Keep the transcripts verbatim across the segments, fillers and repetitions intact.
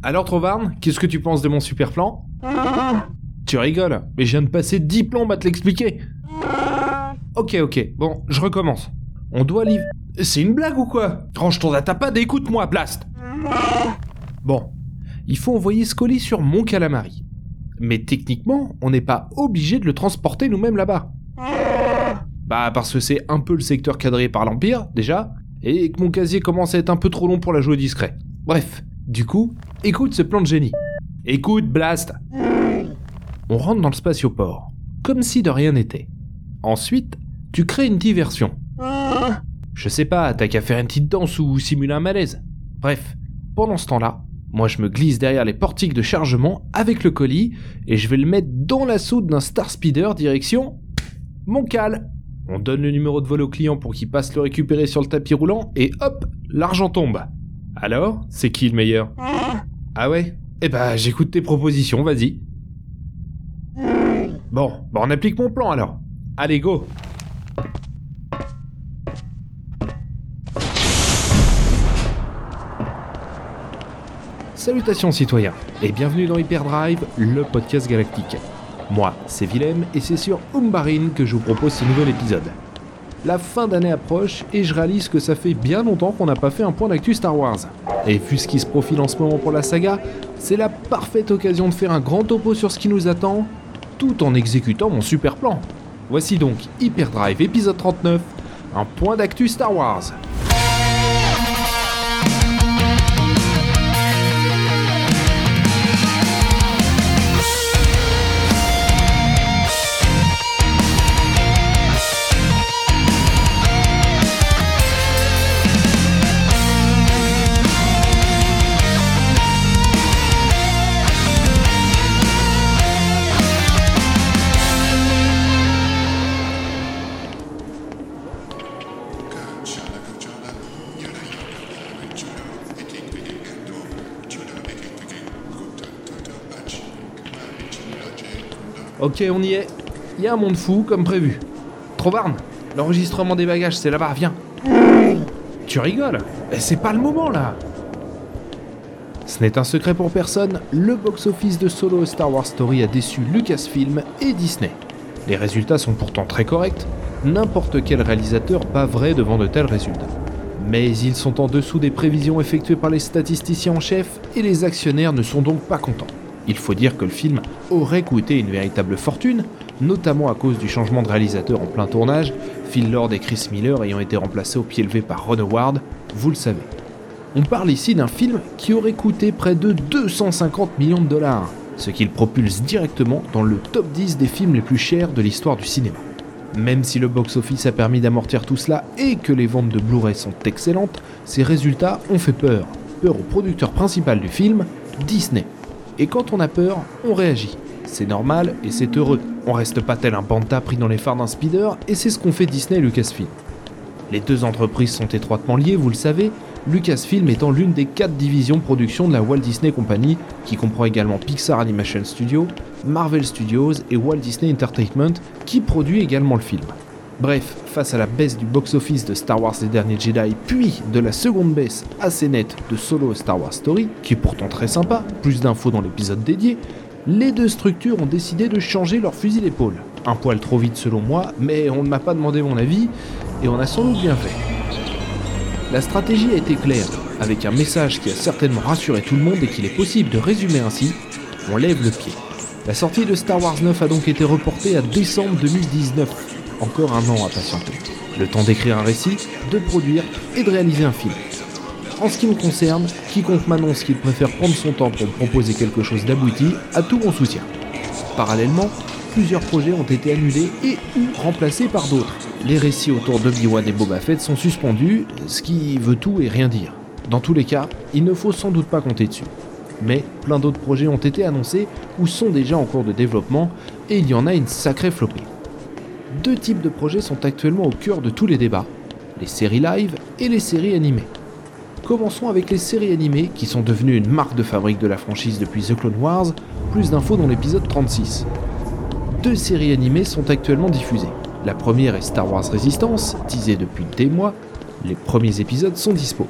Alors Trovarne, qu'est-ce que tu penses de mon super plan ? Tu rigoles, mais je viens de passer dix plombes à te l'expliquer. Ok, ok, bon, je recommence. On doit livrer... C'est une blague ou quoi ? Range ton datapad et écoute-moi, Blast. Bon, il faut envoyer ce colis sur Mon Calamari. Mais techniquement, on n'est pas obligé de le transporter nous-mêmes là-bas. Bah parce que c'est un peu le secteur quadrillé par l'Empire, déjà, et que mon casier commence à être un peu trop long pour la jouer discret. Bref, du coup, écoute ce plan de génie. Écoute, Blast. On rentre dans le spatioport, comme si de rien n'était. Ensuite, tu crées une diversion. Je sais pas, t'as qu'à faire une petite danse ou simuler un malaise. Bref, pendant ce temps-là, moi je me glisse derrière les portiques de chargement avec le colis et je vais le mettre dans la soute d'un Star Speeder direction Montcal. On donne le numéro de vol au client pour qu'il passe le récupérer sur le tapis roulant et hop, l'argent tombe. Alors, c'est qui le meilleur ? Ah ouais ? Eh bah j'écoute tes propositions, vas-y. Bon, bah on applique mon plan alors. Allez, go ! Salutations citoyens, et bienvenue dans Hyperdrive, le podcast galactique. Moi, c'est Willem, et c'est sur Umbarin que je vous propose ce nouvel épisode. La fin d'année approche, et je réalise que ça fait bien longtemps qu'on n'a pas fait un point d'actu Star Wars. Et vu ce qui se profile en ce moment pour la saga, c'est la parfaite occasion de faire un grand topo sur ce qui nous attend, tout en exécutant mon super plan. Voici donc Hyperdrive épisode trente-neuf, un point d'actu Star Wars. Ok, on y est. Il y a un monde fou, comme prévu. Trovarne, l'enregistrement des bagages, c'est là-bas, viens. Tu rigoles ? C'est pas le moment, là. Ce n'est un secret pour personne, le box-office de Solo Star Wars Story a déçu Lucasfilm et Disney. Les résultats sont pourtant très corrects. N'importe quel réalisateur baverait devant de tels résultats. Mais ils sont en dessous des prévisions effectuées par les statisticiens en chef et les actionnaires ne sont donc pas contents. Il faut dire que le film aurait coûté une véritable fortune, notamment à cause du changement de réalisateur en plein tournage, Phil Lord et Chris Miller ayant été remplacés au pied levé par Ron Howard, vous le savez. On parle ici d'un film qui aurait coûté près de deux cent cinquante millions de dollars, ce qui le propulse directement dans le top dix des films les plus chers de l'histoire du cinéma. Même si le box-office a permis d'amortir tout cela et que les ventes de Blu-ray sont excellentes, ces résultats ont fait peur. Peur au producteur principal du film, Disney. Et quand on a peur, on réagit. C'est normal et c'est heureux. On reste pas tel un panda pris dans les phares d'un speeder et c'est ce qu'ont fait Disney et Lucasfilm. Les deux entreprises sont étroitement liées, vous le savez, Lucasfilm étant l'une des quatre divisions production de la Walt Disney Company, qui comprend également Pixar Animation Studios, Marvel Studios et Walt Disney Entertainment, qui produit également le film. Bref, face à la baisse du box-office de Star Wars Les Derniers Jedi, puis de la seconde baisse assez nette de Solo Star Wars Story, qui est pourtant très sympa, plus d'infos dans l'épisode dédié, les deux structures ont décidé de changer leur fusil d'épaule. Un poil trop vite selon moi, mais on ne m'a pas demandé mon avis, et on a sans doute bien fait. La stratégie a été claire, avec un message qui a certainement rassuré tout le monde et qu'il est possible de résumer ainsi, on lève le pied. La sortie de Star Wars neuf a donc été reportée à décembre deux mille dix-neuf. Encore un an à patienter. Le temps d'écrire un récit, de produire et de réaliser un film. En ce qui me concerne, quiconque m'annonce qu'il préfère prendre son temps pour me proposer quelque chose d'abouti a tout mon soutien. Parallèlement, plusieurs projets ont été annulés et ou remplacés par d'autres. Les récits autour d'Obi-Wan et Boba Fett sont suspendus, ce qui veut tout et rien dire. Dans tous les cas, il ne faut sans doute pas compter dessus. Mais plein d'autres projets ont été annoncés ou sont déjà en cours de développement et il y en a une sacrée flopée. Deux types de projets sont actuellement au cœur de tous les débats, les séries live et les séries animées. Commençons avec les séries animées qui sont devenues une marque de fabrique de la franchise depuis The Clone Wars, plus d'infos dans l'épisode trente-six. Deux séries animées sont actuellement diffusées. La première est Star Wars Resistance, teasée depuis des mois, les premiers épisodes sont dispo.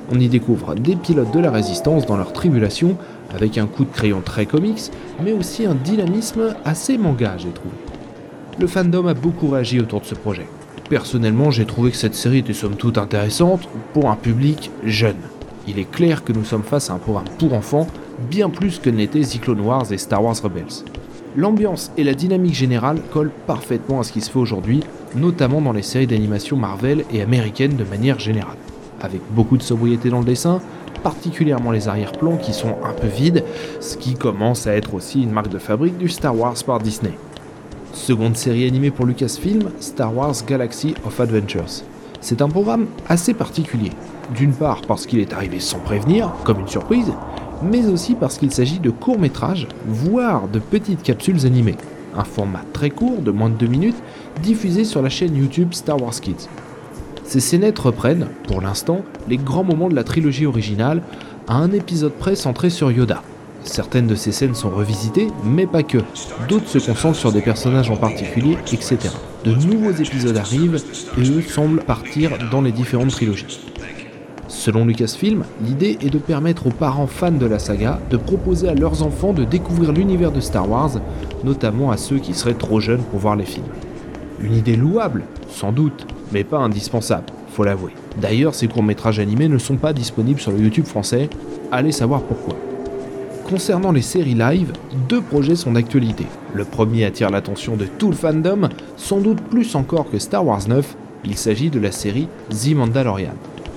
On y découvre des pilotes de la résistance dans leur tribulation, avec un coup de crayon très comics, mais aussi un dynamisme assez manga, j'ai trouvé. Le fandom a beaucoup réagi autour de ce projet. Personnellement, j'ai trouvé que cette série était somme toute intéressante pour un public jeune. Il est clair que nous sommes face à un programme pour enfants, bien plus que n'étaient The Clone Wars et Star Wars Rebels. L'ambiance et la dynamique générale collent parfaitement à ce qui se fait aujourd'hui, notamment dans les séries d'animation Marvel et américaines de manière générale. Avec beaucoup de sobriété dans le dessin, particulièrement les arrière-plans qui sont un peu vides, ce qui commence à être aussi une marque de fabrique du Star Wars par Disney. Seconde série animée pour Lucasfilm, Star Wars Galaxy of Adventures. C'est un programme assez particulier, d'une part parce qu'il est arrivé sans prévenir, comme une surprise, mais aussi parce qu'il s'agit de courts-métrages, voire de petites capsules animées. Un format très court, de moins de deux minutes, diffusé sur la chaîne YouTube Star Wars Kids. Ces scénettes reprennent, pour l'instant, les grands moments de la trilogie originale, à un épisode près centré sur Yoda. Certaines de ces scènes sont revisitées, mais pas que. D'autres se concentrent sur des personnages en particulier, et cetera. De nouveaux épisodes arrivent, et eux semblent partir dans les différentes trilogies. Selon Lucasfilm, l'idée est de permettre aux parents fans de la saga de proposer à leurs enfants de découvrir l'univers de Star Wars, notamment à ceux qui seraient trop jeunes pour voir les films. Une idée louable, sans doute, mais pas indispensable, faut l'avouer. D'ailleurs, ces courts-métrages animés ne sont pas disponibles sur le YouTube français, allez savoir pourquoi. Concernant les séries live, deux projets sont d'actualité. Le premier attire l'attention de tout le fandom, sans doute plus encore que Star Wars neuf, il s'agit de la série The Mandalorian.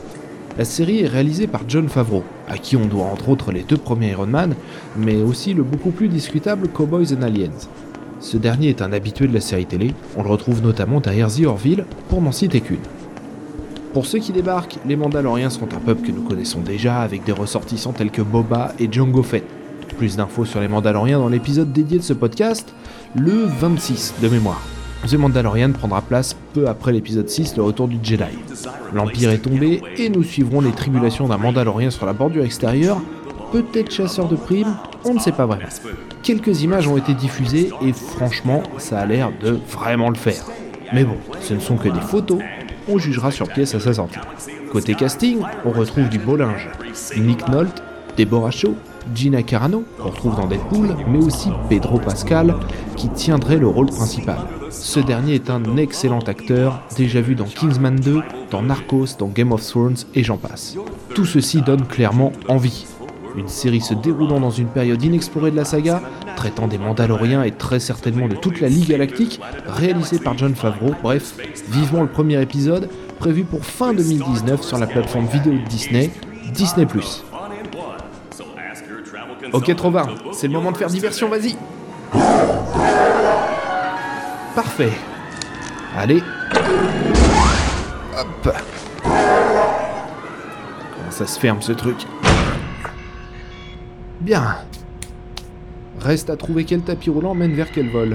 La série est réalisée par Jon Favreau, à qui on doit entre autres les deux premiers Iron Man, mais aussi le beaucoup plus discutable Cowboys and Aliens. Ce dernier est un habitué de la série télé, on le retrouve notamment derrière The Orville, pour n'en citer qu'une. Pour ceux qui débarquent, les Mandaloriens sont un peuple que nous connaissons déjà, avec des ressortissants tels que Boba et Jango Fett. Plus d'infos sur les Mandaloriens dans l'épisode dédié de ce podcast, le vingt-six de mémoire. The Mandalorian prendra place peu après l'épisode six, le retour du Jedi. L'Empire est tombé et nous suivrons les tribulations d'un Mandalorien sur la bordure extérieure, peut-être chasseur de primes, on ne sait pas vraiment. Quelques images ont été diffusées et franchement, ça a l'air de vraiment le faire. Mais bon, ce ne sont que des photos, on jugera sur pièce à sa sortie. Côté casting, on retrouve du beau linge. Nick Nolte, Deborah Shaw, Gina Carano, qu'on retrouve dans Deadpool, mais aussi Pedro Pascal, qui tiendrait le rôle principal. Ce dernier est un excellent acteur, déjà vu dans Kingsman deux, dans Narcos, dans Game of Thrones et j'en passe. Tout ceci donne clairement envie. Une série se déroulant dans une période inexplorée de la saga, traitant des Mandaloriens et très certainement de toute la Ligue Galactique, réalisée par Jon Favreau, bref, vivement le premier épisode, prévu pour fin deux mille dix-neuf sur la plateforme vidéo de Disney, Disney plus. Ok Trovarne, c'est le moment de faire diversion, vas-y. Parfait. Allez. Hop. Comment ça se ferme ce truc ? Bien. Reste à trouver quel tapis roulant mène vers quel vol.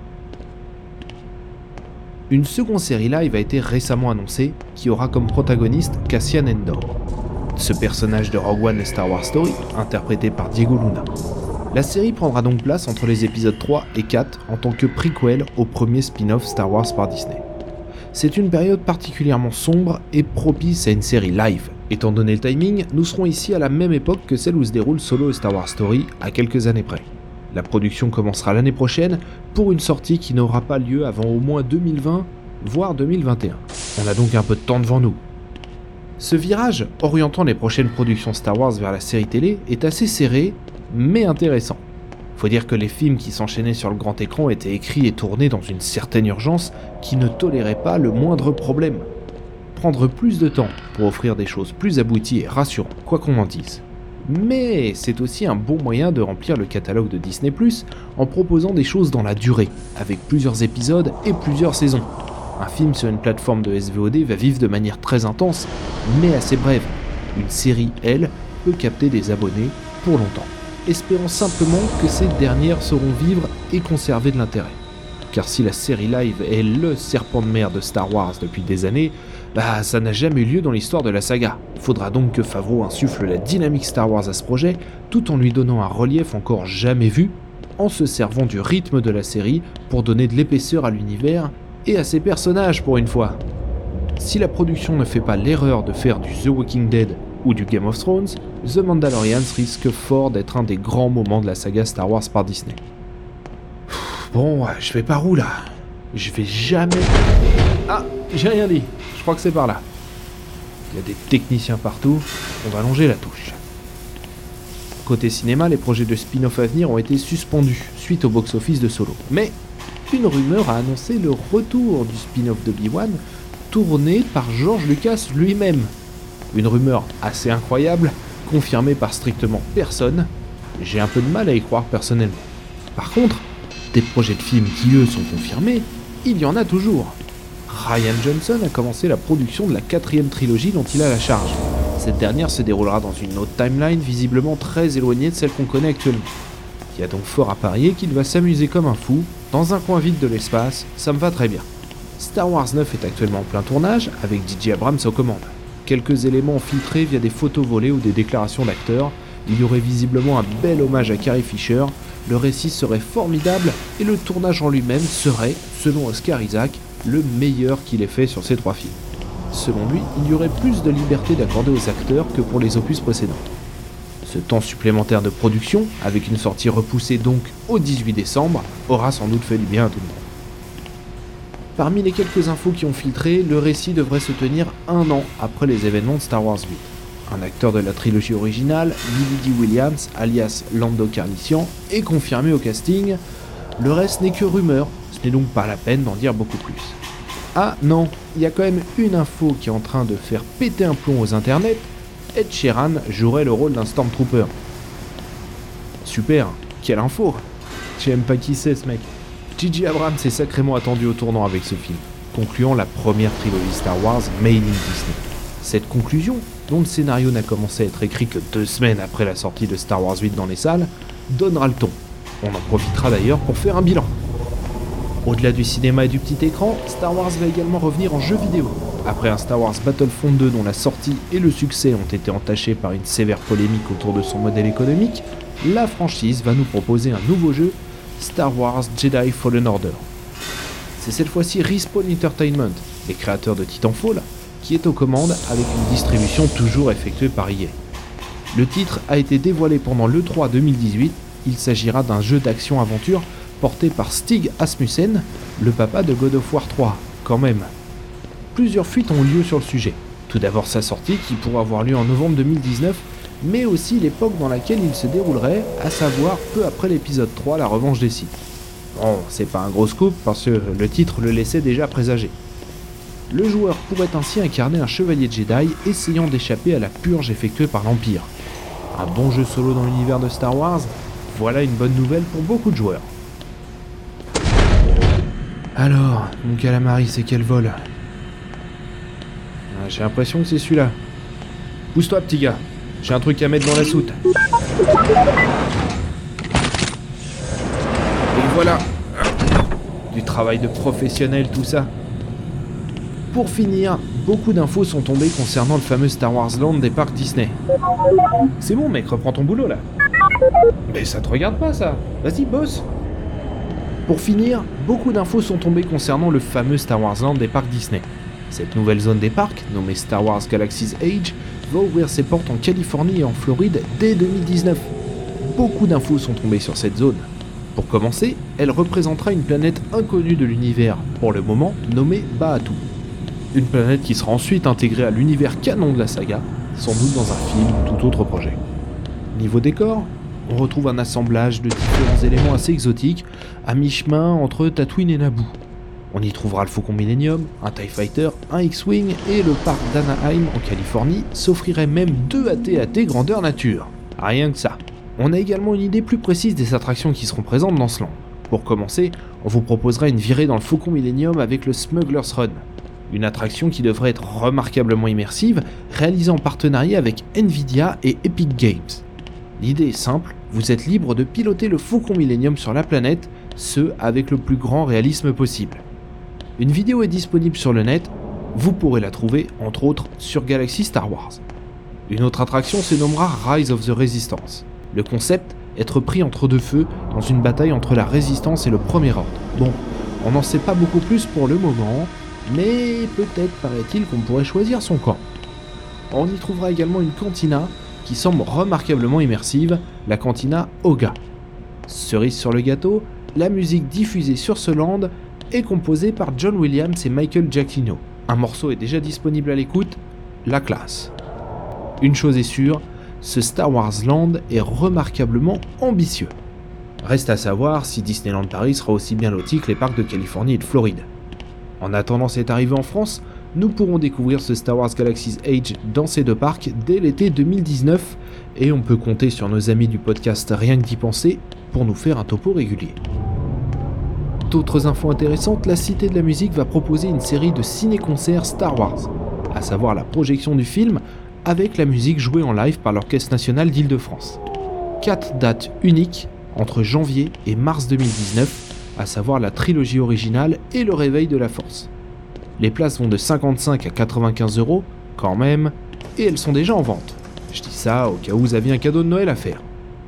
Une seconde série live a été récemment annoncée, qui aura comme protagoniste Cassian Andor. Ce personnage de Rogue One et Star Wars Story, interprété par Diego Luna. La série prendra donc place entre les épisodes trois et quatre en tant que prequel au premier spin-off Star Wars par Disney. C'est une période particulièrement sombre et propice à une série live. Étant donné le timing, nous serons ici à la même époque que celle où se déroule Solo et Star Wars Story, à quelques années près. La production commencera l'année prochaine pour une sortie qui n'aura pas lieu avant au moins deux mille vingt, voire deux mille vingt et un. On a donc un peu de temps devant nous. Ce virage, orientant les prochaines productions Star Wars vers la série télé, est assez serré, mais intéressant. Faut dire que les films qui s'enchaînaient sur le grand écran étaient écrits et tournés dans une certaine urgence qui ne tolérait pas le moindre problème. Prendre plus de temps pour offrir des choses plus abouties et rassurantes, quoi qu'on en dise. Mais c'est aussi un bon moyen de remplir le catalogue de Disney plus, en proposant des choses dans la durée, avec plusieurs épisodes et plusieurs saisons. Un film sur une plateforme de S V O D va vivre de manière très intense, mais assez brève. Une série, elle, peut capter des abonnés pour longtemps. Espérons simplement que ces dernières sauront vivre et conserver de l'intérêt. Car si la série live est le serpent de mer de Star Wars depuis des années, bah ça n'a jamais eu lieu dans l'histoire de la saga. Il faudra donc que Favreau insuffle la dynamique Star Wars à ce projet, tout en lui donnant un relief encore jamais vu, en se servant du rythme de la série pour donner de l'épaisseur à l'univers et à ses personnages pour une fois. Si la production ne fait pas l'erreur de faire du The Walking Dead ou du Game of Thrones, The Mandalorian risque fort d'être un des grands moments de la saga Star Wars par Disney. Bon, je vais par où là ? Je vais jamais... Ah, j'ai rien dit, je crois que c'est par là. Il y a des techniciens partout, on va longer la touche. Côté cinéma, les projets de spin-off à venir ont été suspendus suite au box-office de Solo. Mais une rumeur a annoncé le retour du spin-off d'Obi-Wan, tourné par George Lucas lui-même. Une rumeur assez incroyable, confirmée par strictement personne. J'ai un peu de mal à y croire personnellement. Par contre, des projets de films qui eux sont confirmés, il y en a toujours. Rian Johnson a commencé la production de la quatrième trilogie dont il a la charge. Cette dernière se déroulera dans une autre timeline visiblement très éloignée de celle qu'on connaît actuellement. Il y a donc fort à parier qu'il va s'amuser comme un fou, dans un coin vide de l'espace, ça me va très bien. Star Wars neuf est actuellement en plein tournage, avec J J Abrams aux commandes. Quelques éléments filtrés via des photos volées ou des déclarations d'acteurs, il y aurait visiblement un bel hommage à Carrie Fisher, le récit serait formidable et le tournage en lui-même serait, selon Oscar Isaac, le meilleur qu'il ait fait sur ces trois films. Selon lui, il y aurait plus de liberté d'accorder aux acteurs que pour les opus précédents. Ce temps supplémentaire de production, avec une sortie repoussée donc au dix-huit décembre, aura sans doute fait du bien à tout le monde. Parmi les quelques infos qui ont filtré, le récit devrait se tenir un an après les événements de Star Wars huit. Un acteur de la trilogie originale, Billy Dee Williams, alias Lando Calrissian, est confirmé au casting. Le reste n'est que rumeur, ce n'est donc pas la peine d'en dire beaucoup plus. Ah non, il y a quand même une info qui est en train de faire péter un plomb aux internets. Ed Sheeran jouerait le rôle d'un Stormtrooper. Super, quelle info. Je sais même pas qui c'est ce mec. J J Abrams est sacrément attendu au tournant avec ce film, concluant la première trilogie Star Wars made in Disney. Cette conclusion, dont le scénario n'a commencé à être écrit que deux semaines après la sortie de Star Wars huit dans les salles, donnera le ton. On en profitera d'ailleurs pour faire un bilan. Au-delà du cinéma et du petit écran, Star Wars va également revenir en jeu vidéo. Après un Star Wars Battlefront deux dont la sortie et le succès ont été entachés par une sévère polémique autour de son modèle économique, la franchise va nous proposer un nouveau jeu, Star Wars Jedi Fallen Order. C'est cette fois-ci Respawn Entertainment, les créateurs de Titanfall, qui est aux commandes avec une distribution toujours effectuée par E A. Le titre a été dévoilé pendant l'E trois deux mille dix-huit, il s'agira d'un jeu d'action-aventure porté par Stig Asmussen, le papa de God of War trois, quand même. Plusieurs fuites ont lieu sur le sujet. Tout d'abord sa sortie qui pourrait avoir lieu en novembre deux mille dix-neuf, mais aussi l'époque dans laquelle il se déroulerait, à savoir peu après l'épisode trois, la revanche des Sith. Bon, c'est pas un gros scoop parce que le titre le laissait déjà présager. Le joueur pourrait ainsi incarner un chevalier Jedi essayant d'échapper à la purge effectuée par l'Empire. Un bon jeu solo dans l'univers de Star Wars, voilà une bonne nouvelle pour beaucoup de joueurs. Alors, mon calamari, c'est quel vol ? ah, J'ai l'impression que c'est celui-là. Pousse-toi, petit gars. J'ai un truc à mettre dans la soute. Et voilà. Du travail de professionnel, tout ça. Pour finir, beaucoup d'infos sont tombées concernant le fameux Star Wars Land des parcs Disney. C'est bon, mec, reprends ton boulot, là. Mais ça te regarde pas, ça. Vas-y, bosse. Pour finir, beaucoup d'infos sont tombées concernant le fameux Star Wars Land des parcs Disney. Cette nouvelle zone des parcs, nommée Star Wars Galaxy's Edge, va ouvrir ses portes en Californie et en Floride dès deux mille dix-neuf. Beaucoup d'infos sont tombées sur cette zone. Pour commencer, elle représentera une planète inconnue de l'univers, pour le moment nommée Baatu. Une planète qui sera ensuite intégrée à l'univers canon de la saga, sans doute dans un film ou tout autre projet. Niveau décor, on retrouve un assemblage de différents éléments assez exotiques, à mi-chemin entre Tatooine et Naboo. On y trouvera le Faucon Millennium, un TIE Fighter, un X-Wing et le parc d'Anaheim en Californie s'offrirait même deux A T A T grandeur nature. Rien que ça. On a également une idée plus précise des attractions qui seront présentes dans ce land. Pour commencer, on vous proposera une virée dans le Faucon Millennium avec le Smuggler's Run. Une attraction qui devrait être remarquablement immersive, réalisée en partenariat avec Nvidia et Epic Games. L'idée est simple, vous êtes libre de piloter le Faucon Millennium sur la planète, ce avec le plus grand réalisme possible. Une vidéo est disponible sur le net, vous pourrez la trouver entre autres sur Galaxy Star Wars. Une autre attraction se nommera Rise of the Resistance. Le concept, être pris entre deux feux dans une bataille entre la Résistance et le Premier Ordre. Bon, on n'en sait pas beaucoup plus pour le moment, mais peut-être paraît-il qu'on pourrait choisir son camp. On y trouvera également une cantina qui semble remarquablement immersive, la cantina Oga. Cerise sur le gâteau, la musique diffusée sur ce land est composée par John Williams et Michael Giacchino. Un morceau est déjà disponible à l'écoute, la classe. Une chose est sûre, ce Star Wars Land est remarquablement ambitieux. Reste à savoir si Disneyland Paris sera aussi bien loti que les parcs de Californie et de Floride. En attendant cette arrivée en France, nous pourrons découvrir ce Star Wars Galaxy's Edge dans ces deux parcs dès l'été deux mille dix-neuf et on peut compter sur nos amis du podcast Rien que d'y penser pour nous faire un topo régulier. D'autres infos intéressantes, la Cité de la Musique va proposer une série de ciné-concerts Star Wars, à savoir la projection du film avec la musique jouée en live par l'Orchestre National d'Île-de-France. Quatre dates uniques entre janvier et mars deux mille dix-neuf, à savoir la trilogie originale et le réveil de la Force. Les places vont de cinquante-cinq à quatre-vingt-quinze euros, quand même, et elles sont déjà en vente. Je dis ça au cas où vous aviez un cadeau de Noël à faire.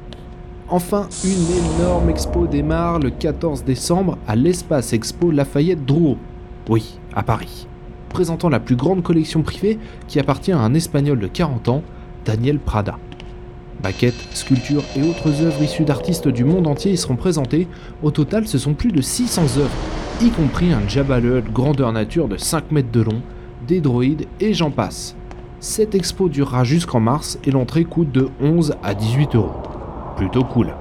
Enfin, une énorme expo démarre le quatorze décembre à l'Espace Expo Lafayette Drouot. Oui, à Paris. Présentant la plus grande collection privée qui appartient à un Espagnol de quarante ans, Daniel Prada. Maquettes, sculptures et autres œuvres issues d'artistes du monde entier y seront présentées. Au total, ce sont plus de six cents œuvres, y compris un Jabba le Hutt grandeur nature de cinq mètres de long, des droïdes et j'en passe. Cette expo durera jusqu'en mars et l'entrée coûte de onze à dix-huit euros. Plutôt cool.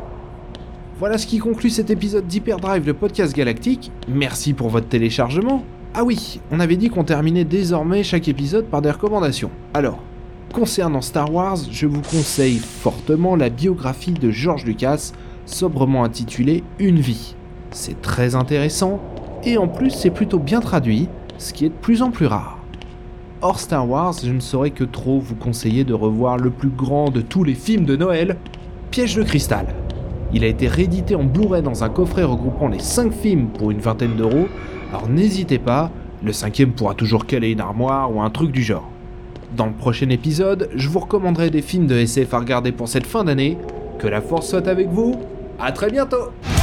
Voilà ce qui conclut cet épisode d'Hyperdrive, le podcast galactique. Merci pour votre téléchargement. Ah oui, on avait dit qu'on terminait désormais chaque épisode par des recommandations. Alors, concernant Star Wars, je vous conseille fortement la biographie de George Lucas, sobrement intitulée Une vie. C'est très intéressant, et en plus c'est plutôt bien traduit, ce qui est de plus en plus rare. Hors Star Wars, je ne saurais que trop vous conseiller de revoir le plus grand de tous les films de Noël, Piège de cristal. Il a été réédité en Blu-ray dans un coffret regroupant les cinq films pour une vingtaine d'euros, alors n'hésitez pas, le cinquième pourra toujours caler une armoire ou un truc du genre. Dans le prochain épisode, je vous recommanderai des films de S F à regarder pour cette fin d'année. Que la force soit avec vous, à très bientôt!